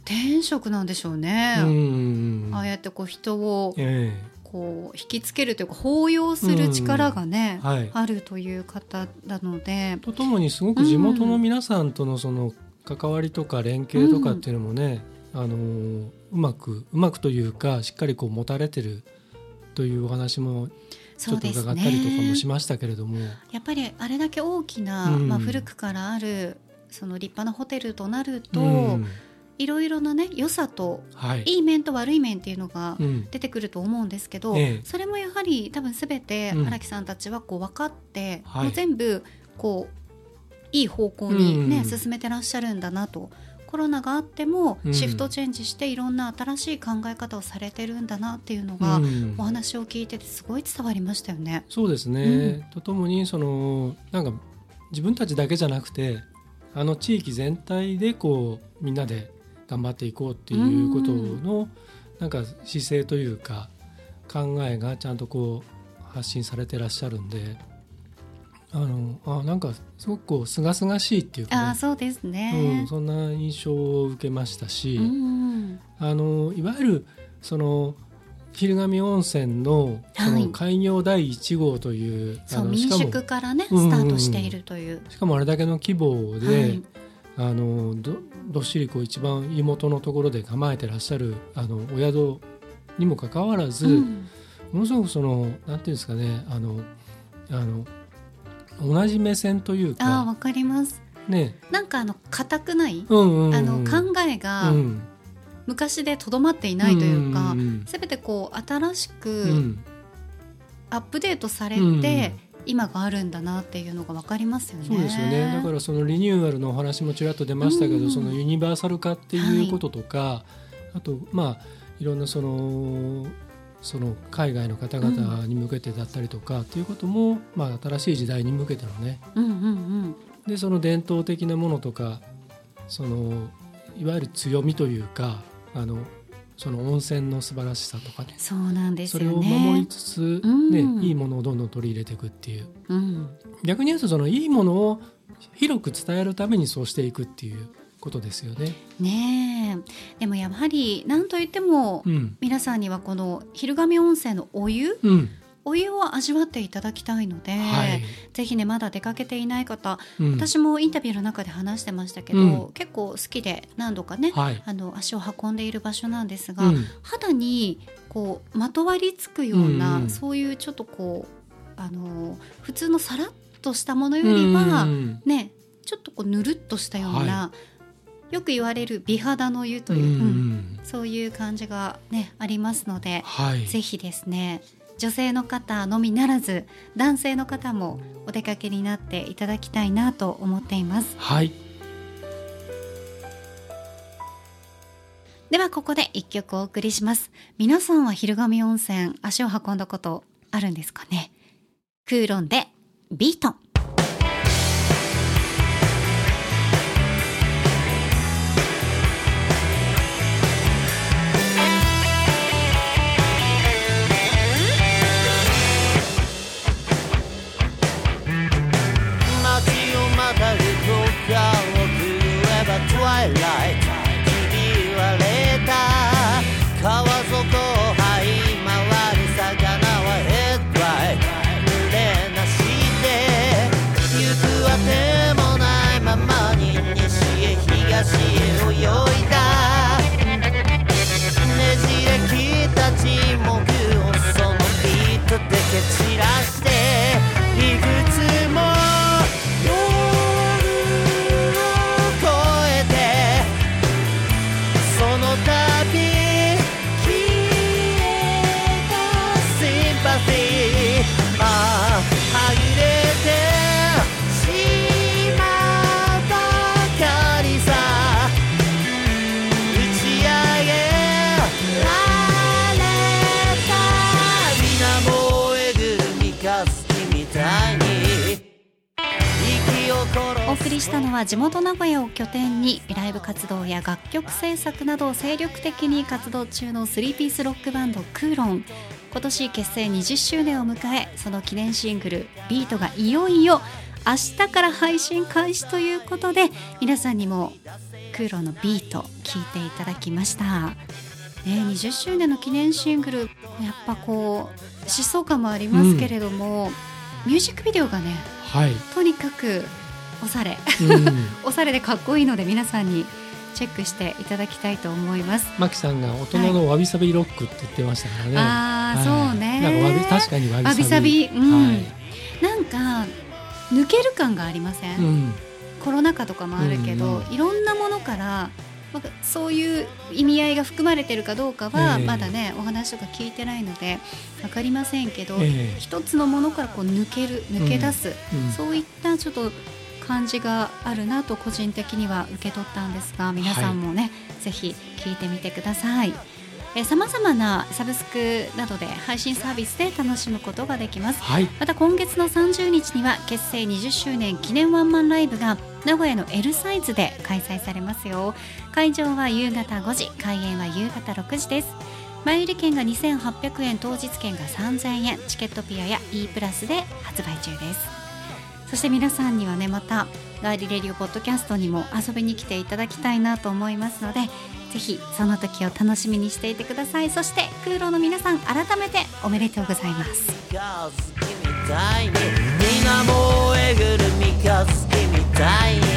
天職なんでしょうね。 うんああやってこう人を、 ええこう引きつけるというか包容する力がね、 はい、 あるという方なので、 とともにすごく地元の皆さんとのその関わりとか連携とかっていうのもね、うん、あのうまくうまくというかしっかりこう持たれてるというお話もちょっと伺ったりとかもしましたけれども、ね、 やっぱりあれだけ大きな、うんまあ、古くからあるその立派なホテルとなると、うんいろいろなね良さと、はい、いい面と悪い面っていうのが出てくると思うんですけど、うんええ、それもやはり多分すべて荒木さんたちはこう分かって、うんもう全部こういい方向に、ねうん、進めてらっしゃるんだなと、コロナがあってもシフトチェンジしていろんな新しい考え方をされてるんだなっていうのが、うん、お話を聞いててすごい伝わりましたよね。 そうですね、うん、とともにそのなんか自分たちだけじゃなくてあの地域全体でこうみんなで頑張っていこうっていうことのなんか姿勢というか考えがちゃんとこう発信されてらっしゃるんで、あのあなんかすごくこう清々しいっていうか、ね、 あそうですね、 うん、そんな印象を受けましたし、うんあのいわゆるその昼神温泉 の, その開業だいいち号という、 はい、あの民宿からねスタートしているという、 しかもあれだけの規模で、はいあの ど, どっしりこう一番湯元のところで構えてらっしゃるあのお宿にもかかわらず、うん、ものすごくそのなんていうんですかねあのあの同じ目線というか、 あわかります、ね、なんかあの固くない、 うんうんうん、 あの考えが昔でとどまっていないというか、すべ、うん、てこう新しくアップデートされて、うんうん今があるんだなっていうのが分かりますよね。 そうですよね。だからそのリニューアルのお話もちらっと出ましたけど、うん、そのユニバーサル化っていうこととか、はい、あとまあいろんなそのその海外の方々に向けてだったりとかっていうことも、うん、まあ新しい時代に向けてのね、 うんうんうん、 でその伝統的なものとかそのいわゆる強みというかあのその温泉の素晴らしさとかね、 そうなんですよね、 それを守りつつ、ねうん、いいものをどんどん取り入れていくっていう、うん、逆に言うとそのいいものを広く伝えるためにそうしていくっていうことですよね。 ねえ、でもやはり何と言っても、うん、皆さんにはこの昼神温泉のお湯、うんお湯を味わっていただきたいので、はい、ぜひねまだ出かけていない方、うん、私もインタビューの中で話してましたけど、うん、結構好きで何度かね、はい、あの足を運んでいる場所なんですが、うん、肌にこうまとわりつくような、うん、そういうちょっとこうあの普通のさらっとしたものよりは、うんね、ちょっとこうぬるっとしたような、はい、よく言われる美肌の湯という、うんうん、そういう感じが、ね、ありますので、はい、ぜひですね女性の方のみならず男性の方もお出かけになっていただきたいなと思っています。 はい。 ではここで一曲お送りします。皆さんは昼神温泉足を運んだことあるんですかね。クーロンでビート。 ひび割れた川底を這い回る魚はヘッドライト濡れなしで行くあてもないままに西へ東へ泳いだねじれきった沈黙をそのビートで蹴散らしていくつもお送りしたのは地元名古屋を拠点にライブ活動や楽曲制作などを精力的に活動中のスリーピースロックバンドクーロン。今年結成にじゅっしゅうねんを迎え、その記念シングルビートがいよいよ明日から配信開始ということで、皆さんにもク空路のビート聴いていただきました、ね、にじゅっしゅうねんの記念シングル、やっぱこう疾走感もありますけれども、うん、ミュージックビデオがね、はい、とにかくおしゃれ、うん、おしゃれでかっこいいので皆さんにチェックしていただきたいと思います。 マキさんが大人のわびさびロックって言ってましたからね、 はい、ああ、はい、そうね、 なんかわび確かにわびさび、 わびさび、うん、はい、 なんか抜ける感がありません、うん、コロナ禍とかもあるけど、うんうん、いろんなものからまあ、そういう意味合いが含まれてるかどうかはまだね、えー、お話とか聞いてないので分かりませんけど、えー、一つのものからこう抜ける抜け出す、うんうん、そういったちょっと感じがあるなと個人的には受け取ったんですが、皆さんもね、はい、ぜひ聞いてみてください。さまざまなサブスクなどで配信サービスで楽しむことができます、はい、また今月のさんじゅうにちには結成にじゅっしゅうねん記念ワンマンライブが名古屋の L サイズで開催されますよ。会場は夕方ごじ、開演は夕方ろくじです。前売り券がにせんはっぴゃくえん、当日券がさんぜんえん、チケットピアや E プラスで発売中です。そして皆さんにはね、またガーリレディオポッドキャストにも遊びに来ていただきたいなと思いますので、ぜひその時を楽しみにしていてください。そして空路の皆さん、改めておめでとうございます。みなもえぐる三日月みたいに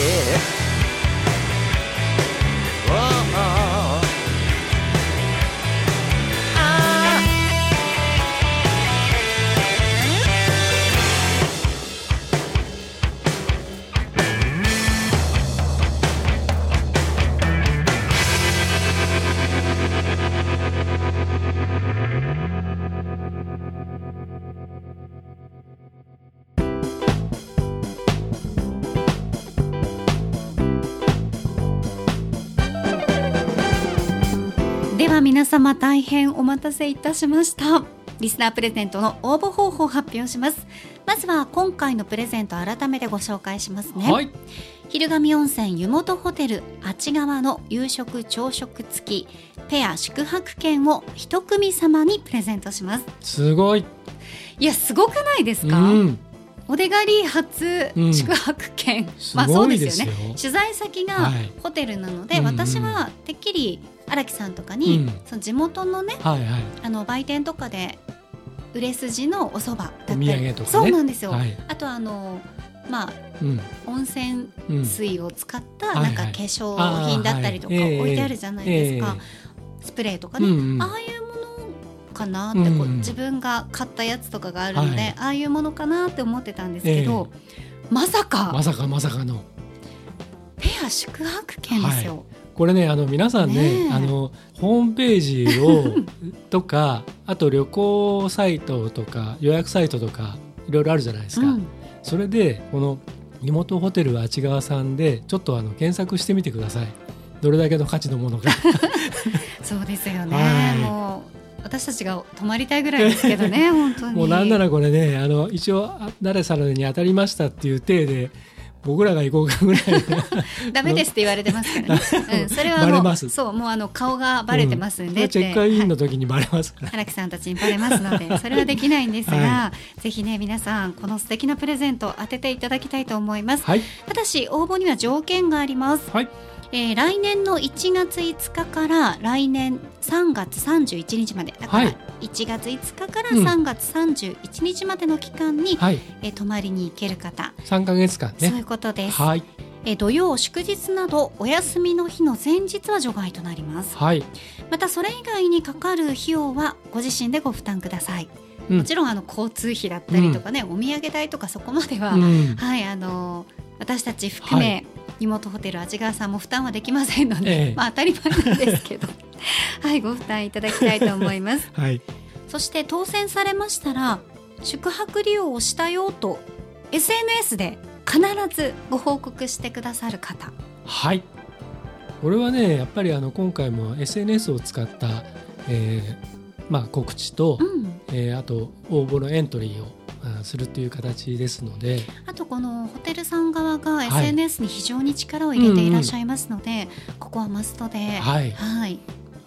皆様大変お待たせいたしました。リスナープレゼントの応募方法を発表します。まずは今回のプレゼント改めてご紹介しますね、はい、昼神温泉湯本ホテルあち川の夕食朝食付きペア宿泊券を一組様にプレゼントします。 すごい。 いや、すごくないですか、うん、お出がり初宿泊券、うん、まあそうですよね。取材先がホテルなので、はい、私はてっきり荒木さんとかに、うん、その地元のね、はいはい、あの売店とかで売れ筋のお蕎麦だったり、お土産とかね、そうなんですよ、はい、あとあのまあ、うん、温泉水を使ったなんか化粧品だったりとか置いてあるじゃないですか、えー、スプレーとかね、うんうん、ああいうものかなってこう、うんうん、自分が買ったやつとかがあるので、はい、ああいうものかなって思ってたんですけど、えー、まさかまさかまさかのペア宿泊券ですよ、はい。 これね、あの皆さん ね, ねあのホームページをとかあと旅行サイトとか予約サイトとかいろいろあるじゃないですか、うん、それでこの湯本ホテルあち川さんでちょっとあの検索してみてください。どれだけの価値のものかそうですよね、はい、もう私たちが泊まりたいぐらいですけどね本当にもうなんならこれね、あの一応誰さらに当たりましたっていう体で僕らが行こうかぐらいダメですって言われてますからね、うん、それはもうバレます。そう、もうあの顔がバレてますんで、うん、 チェックインの時にバレますから、 荒、はい、木さんたちにバレますのでそれはできないんですが、はい、ぜひね皆さんこの素敵なプレゼント当てていただきたいと思います、はい、ただし応募には条件があります、はい、えー、来年のいちがついつかから来年さんがつさんじゅういちにちまでだからいちがついつかからさんがつさんじゅういちにちまでの期間に、はい、えー、泊まりに行ける方さんかげつかんね、 そういうことです、はい、えー、土曜祝日などお休みの日の前日は除外となります、はい、またそれ以外にかかる費用はご自身でご負担ください、うん、もちろんあの交通費だったりとかね、うん、お土産代とかそこまでは、うん、はい、あの私たち含め、はい、湯本ホテルあち川さんも負担はできませんので、ええ、まあ、当たり前なんですけどはい、ご負担いただきたいと思います、はい、そして当選されましたら宿泊利用をしたよと エスエヌエス で必ずご報告してくださる方、 はい、これはねやっぱりあの今回も エスエヌエス を使った、えーまあ、告知と、うん、えー、あと応募のエントリーをするという形ですので、 あとこのホテルさん側が エスエヌエス に非常に力を入れていらっしゃいますので、はい、うんうん、ここはマストで、はいはい、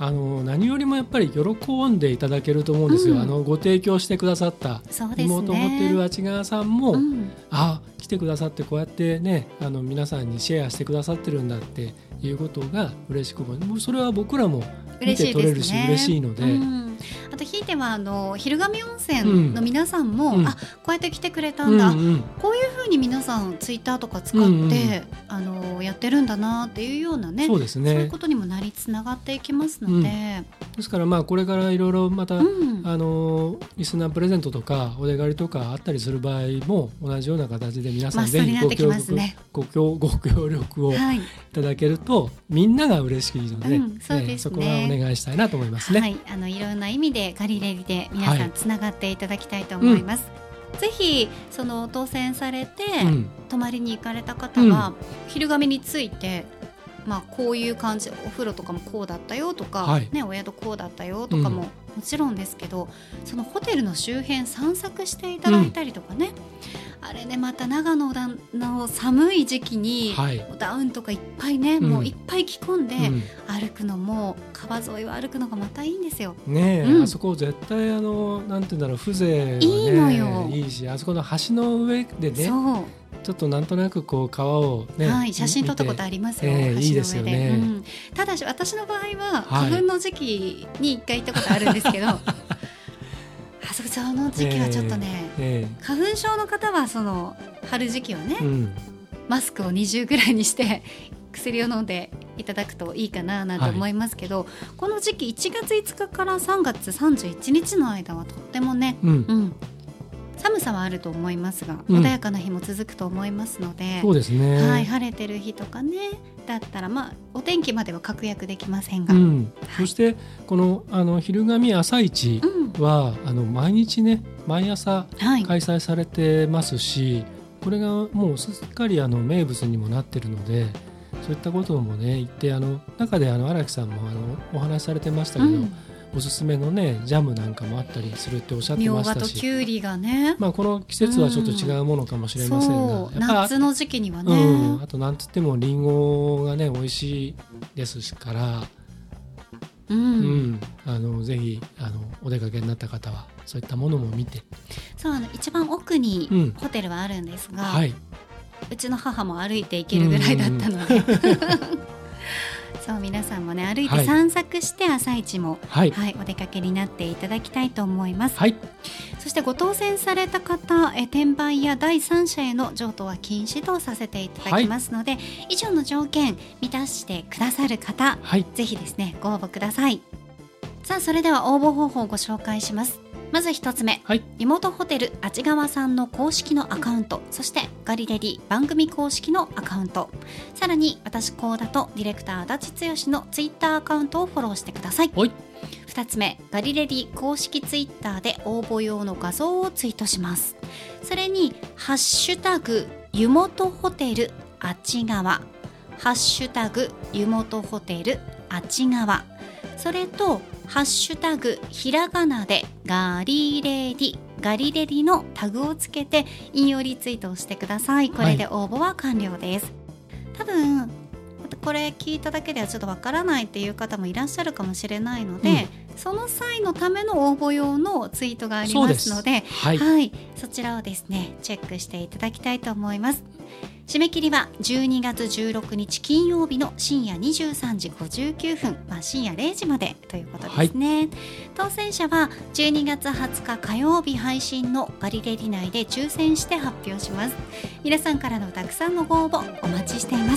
あの何よりもやっぱり喜んでいただけると思うんですよ、うん、あのご提供してくださった妹ホテルあちがわさんも、うん、あ来てくださってこうやってねあの皆さんにシェアしてくださってるんだっていうことが嬉しく思う。もうそれは僕らも見て取れるし嬉しいので、うん、 あとひいてはあの昼神温泉の皆さんも、うん、あこうやって来てくれたんだ、うんうん、こういう風に皆さんツイッターとか使って、うんうん、あのやってるんだなっていうようなね、そうですね、そういうことにもなりつながっていきますので、うん、 ですからまあこれからいろいろまた、うん、あのリスナープレゼントとかお出借りとかあったりする場合も同じような形で皆さんぜひご協力、ね、ご, ご, ご協力をいただけると、はい、みんなが嬉しいので、うん、そうですね、えー、そこはお願いしたいなと思いますね。 はい、あのいろんな意味でガリレディで皆さんつながっていただきたいと思います、はいうん、ぜひその当選されて、うん、泊まりに行かれた方は、うん、昼神についてまあ、こういう感じお風呂とかもこうだったよとか、はいね、お宿こうだったよとかももちろんですけど、うん、そのホテルの周辺散策していただいたりとかね、うん、あれねまた長野の寒い時期に、はい、ダウンとかいっぱいね、うん、もういっぱい着込んで歩くのも、うん、川沿いを歩くのがまたいいんですよ、 ねえ、うん、あそこ絶対あのなんていうんだろう風情は、ね、いいのよいいしあそこの橋の上でねそうちょっとなんとなくこう川を、ねはい、写真撮ったことありますよ、 えー、いいですよね、うん、 ただし私の場合は花粉の時期にいっかい行ったことあるんですけど、はい、あそこその時期はちょっとね、えーえー、花粉症の方はその春時期はね、うん、マスクをにじゅうぐらいにして薬を飲んでいただくといいかななんて思いますけど、はい、この時期いちがついつかからさんがつさんじゅういちにちの間はとってもね、うんうん寒さはあると思いますが、うん、穏やかな日も続くと思いますので、 そうですね、 はい、晴れてる日とかねだったら、まあ、お天気までは確約できませんが、 うんはい、そしてこのあの昼神朝市は、うん、あの毎日ね毎朝開催されてますし、はい、これがもうすっかりあの名物にもなってるのでそういったこともね言ってあの中であの荒木さんもあのお話しされてましたけど、うんおすすめのねジャムなんかもあったりするっておっしゃってましたし、 みょうがときゅうりがね、 まあ、この季節はちょっと違うものかもしれませんが、 うん、やっぱ夏の時期にはね、 うん、あとなんつってもリンゴがね美味しいですから、うんうん、あのぜひあのお出かけになった方はそういったものも見てそうあの一番奥にホテルはあるんですが、うんはい、うちの母も歩いて行けるぐらいだったので、そう皆さんもね歩いて散策して朝市も、はいはい、お出かけになっていただきたいと思います、はい、そしてご当選された方え転売や第三者への譲渡は禁止とさせていただきますので、はい、以上の条件満たしてくださる方、はい、ぜひですねご応募ください。さあそれでは応募方法をご紹介します。まず一つ目、はい、妹ホテルあちがわさんの公式のアカウント、そしてガリレディ番組公式のアカウント、さらに私コーダとディレクター足立剛のツイッターアカウントをフォローしてください。二つ目、ガリレディ公式ツイッターで応募用の画像をツイートします。それにハッシュタグ湯本ホテルあちがわ、ハッシュタグ湯本ホテルあちがわ、それとハッシュタグひらがなでガリレディガリレディのタグをつけて引用リツイートをしてください。これで応募は完了です、はい、多分これ聞いただけではちょっとわからないっていう方もいらっしゃるかもしれないので、うん、その際のための応募用のツイートがありますので、はいはい、そちらをですねチェックしていただきたいと思います。締め切りはじゅうにがつじゅうろくにち金曜日の深夜にじゅうさんじごじゅうきゅうふん、まあ、深夜れいじまでということですね、はい、当選者はじゅうにがつはつか火曜日配信のガリレディ内で抽選して発表します。皆さんからのたくさんのご応募お待ちしています。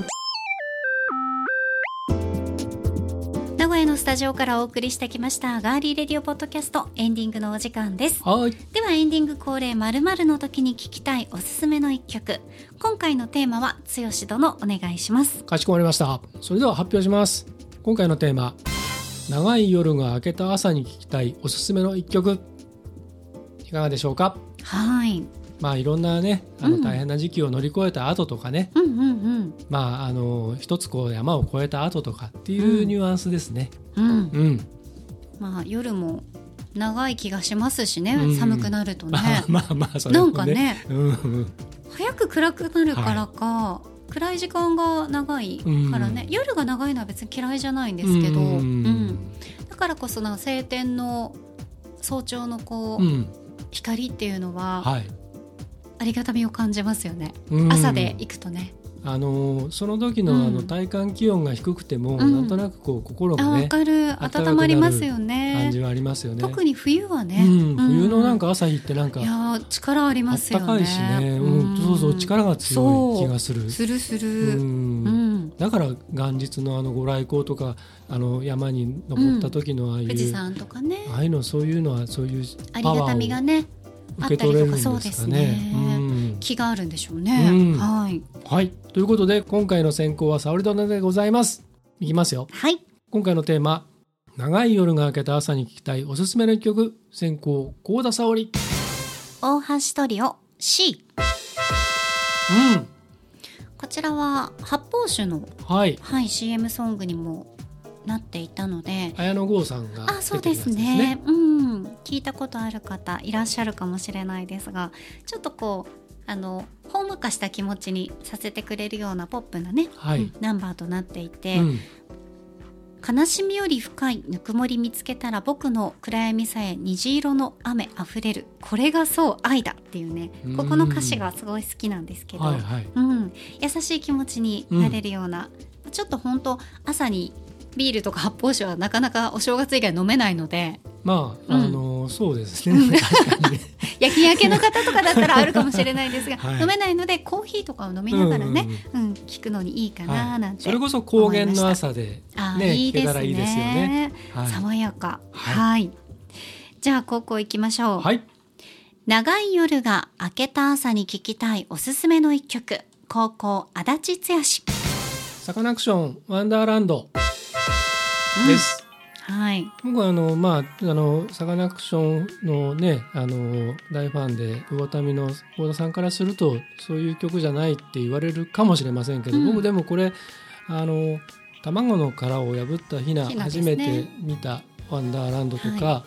名古屋のスタジオからお送りしてきましたガーリーレディオポッドキャスト、エンディングのお時間です。はい、ではエンディング恒例〇〇の時に聞きたいおすすめの一曲、今回のテーマは剛殿お願いします。 かしこまりました。それでは発表します。今回のテーマ、長い夜が明けた朝に聞きたいおすすめの一曲、いかがでしょうか。はい、まあいろんなねあの大変な時期を乗り越えた後とかね、うんうんうんうん、まああの一つこう山を越えた後とかっていうニュアンスですね、うんうんうん、 まあ夜も長い気がしますしね、うん、寒くなるとね、 まあまあまあそれもねなんかね、うんうん、早く暗くなるからか、はい、 暗い時間が長いからね、うん、夜が長いのは別に嫌いじゃないんですけど、うんうん、だからこそな晴天の早朝のこう、うん、光っていうのは、はい、ありがたみを感じますよね、うん、朝で行くとね。 あのその時の、あの体感気温が低くても、うん、なんとなくこう心がね、 あ、分かる、温まりますよね。 感じはありますよね。 特に冬はね、 うん、冬のなんか朝日ってなんか、 いや力ありますよね。 あったかいしね、うんうん、そうそう力が強い気がする。 するする、うんうん、 だから元日のあのご来光とかあの山に登った時のああいう、うん、 富士山とかね、 ああいうのそういうのはそういうありがたみがね受け取れるんですかね。そうですね、 うん、気があるんでしょうね、うん、はい、 はい、ということで今回の選考は沙織殿でございます。いきますよ、 はい、 今回のテーマ、長い夜が明けた朝に聴きたいおすすめの一曲、選考幸田沙織、 大橋トリオ C、うん、こちらは発泡酒の、はいはい、シーエム ソングにもなっていたので、 綾野剛さんが出てるやつですね。 あ、そうですね、うん、聞いたことある方いらっしゃるかもしれないですが、ちょっとこうあのほんわかした気持ちにさせてくれるようなポップなね、はい、うん、ナンバーとなっていて、うん、悲しみより深いぬくもり見つけたら僕の暗闇さえ虹色の雨あふれる、これがそう愛だっていうね、ここの歌詞がすごい好きなんですけど、はいはい、うん、優しい気持ちになれるような、うん、ちょっと本当朝にビールとか発泡酒はなかなかお正月以外飲めないので、 まあ、うん、あのそうですね、確かにね夜勤明けの方とかだったらあるかもしれないですが、はい、飲めないのでコーヒーとかを飲みながらね、うんうんうん、聞くのにいいかななんて、はい、 それこそ高原の朝で、ね、 いいですね、 聞けたらいいですよね、 はい、爽やか、はいはい、じゃあ高校行きましょう、はい、長い夜が明けた朝に聴きたいおすすめの一曲、高校足立剛、 サカナクションワンダーランドです、 うん、はい、 僕はあの、まあ、あのサカナクションのね、あの大ファンで魚民の幸田さんからするとそういう曲じゃないって言われるかもしれませんけど、うん、僕でもこれあの卵の殻を破ったヒナ、初めて見たワンダーランドとか、はい、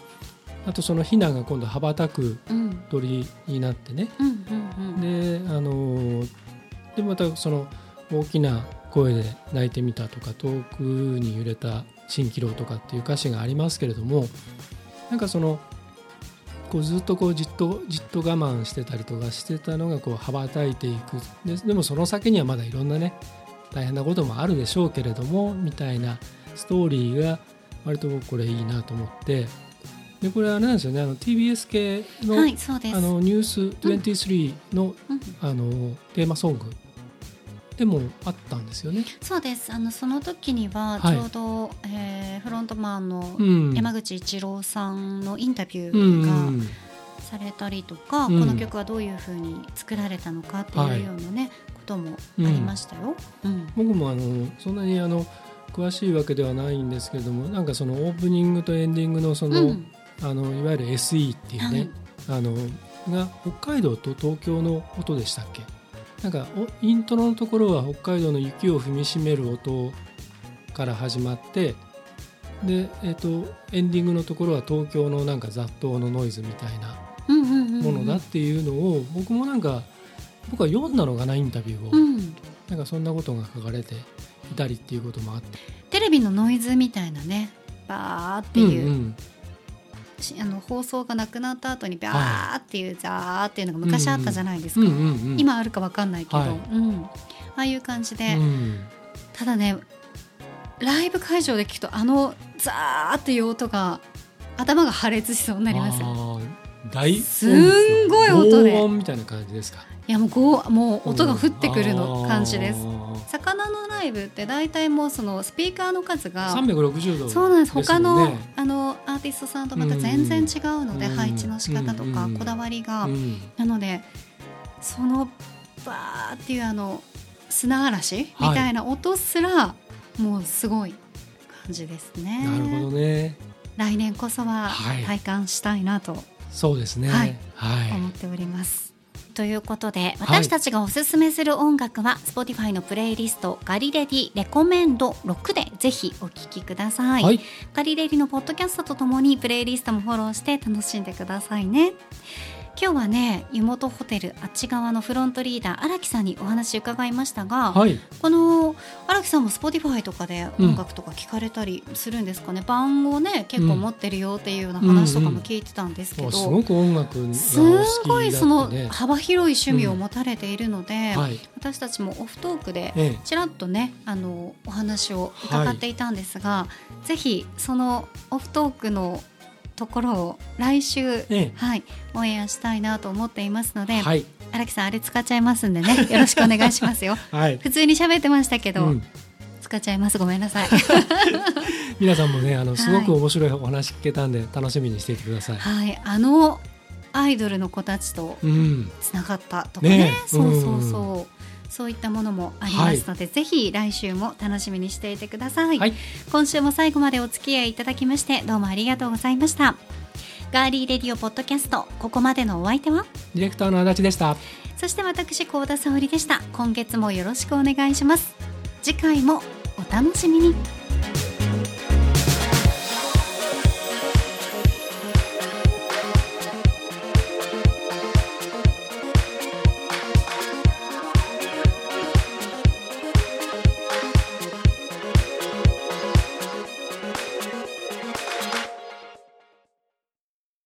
あとそのヒナが今度羽ばたく鳥になってね、うんうんうん、であのでまたその大きな声で泣いてみたとか、遠くに揺れた蜃気楼とかっていう歌詞がありますけれども、なんかそのこうずっとこうじっとじっと我慢してたりとかしてたのがこう羽ばたいていく、 で, でもその先にはまだいろんなね大変なこともあるでしょうけれどもみたいなストーリーが割とこれいいなと思って、でこれはあれなんですよね、あの ティービーエス 系 の,、はい、そうです、あのニュースにじゅうさん の、うん、あのテーマソングでもあったんですよね。 そうです、あのその時にはちょうど、はい、えー、フロントマンの山口一郎さんのインタビューがされたりとか、うん、この曲はどういう風に作られたのかっていうようなね、はい、こともありましたよ、うんうん、 僕もあのそんなにあの詳しいわけではないんですけれども、なんかそのオープニングとエンディングのその、うん、あのいわゆる エスイー っていうね、はい、あのが北海道と東京の音でしたっけ。なんかイントロのところは北海道の雪を踏みしめる音から始まって、で、えーと、エンディングのところは東京のなんか雑踏のノイズみたいなものだっていうのを僕もなんか僕は読んだのかな、インタビューを、うん、なんかそんなことが書かれていたりっていうこともあって、 テレビのノイズみたいなね、バーっていう、うんうん、あの放送がなくなった後にバーっていう、はい、ザーっていうのが昔あったじゃないですか、うんうんうんうん、今あるか分かんないけど、はい、うん、ああいう感じで、うん、ただねライブ会場で聞くとあのザーっていう音が頭が破裂しそうになりますよ。 大すんごい音で轟音みたいな感じですか。 いやもうゴーもう音が降ってくるの感じです。魚のライブって大体もうそのスピーカーの数がさんびゃくろくじゅうど、 そうなんです。他のあのアーティストさんとまた全然違うので、うん、配置の仕方とかこだわりが、うん、なのでそのバーっていうあの砂嵐みたいな音すら、はい、もうすごい感じですね。 なるほどね。 来年こそは体感したいなと、はい、 そうですね、 はいはい、思っております。ということで私たちがおすすめする音楽は、はい、Spotify のプレイリストガリレディレコメンドろくでぜひお聴きください、はい、ガリレディのポッドキャストとともにプレイリストもフォローして楽しんでくださいね。 今日はね湯本ホテルあっち側のフロントリーダー荒木さんにお話伺いましたが、 はい、 この荒木さんも Spotify とかで音楽とか聞かれたりするんですかね、うん、番をね結構持ってるよっていうような話とかも聞いてたんですけど、うんうんうん、 すごく音楽がお好きだってね、 すごいその幅広い趣味を持たれているので、うんはい、私たちもオフトークでちらっとね、ええ、あのお話を伺っていたんですが、はい、ぜひそのオフトークのところを来週、ええはい、オンエアしたいなと思っていますので、はい、荒木さんあれ使っちゃいますんでねよろしくお願いしますよ、はい、普通に喋ってましたけど、うん、使っちゃいます、ごめんなさい皆さんもねあのすごく面白いお話聞けたんで楽しみにしていてください、 はい、あのアイドルの子たちとつながったとかね、うんね、そうそうそう、うんそういったものもありますので、はい、ぜひ来週も楽しみにしていてください、はい、今週も最後までお付き合いいただきましてどうもありがとうございました。ガーリーレディオポッドキャスト、ここまでのお相手はディレクターの足立でした。 そして私幸田沙織でした。今月もよろしくお願いします。次回もお楽しみに。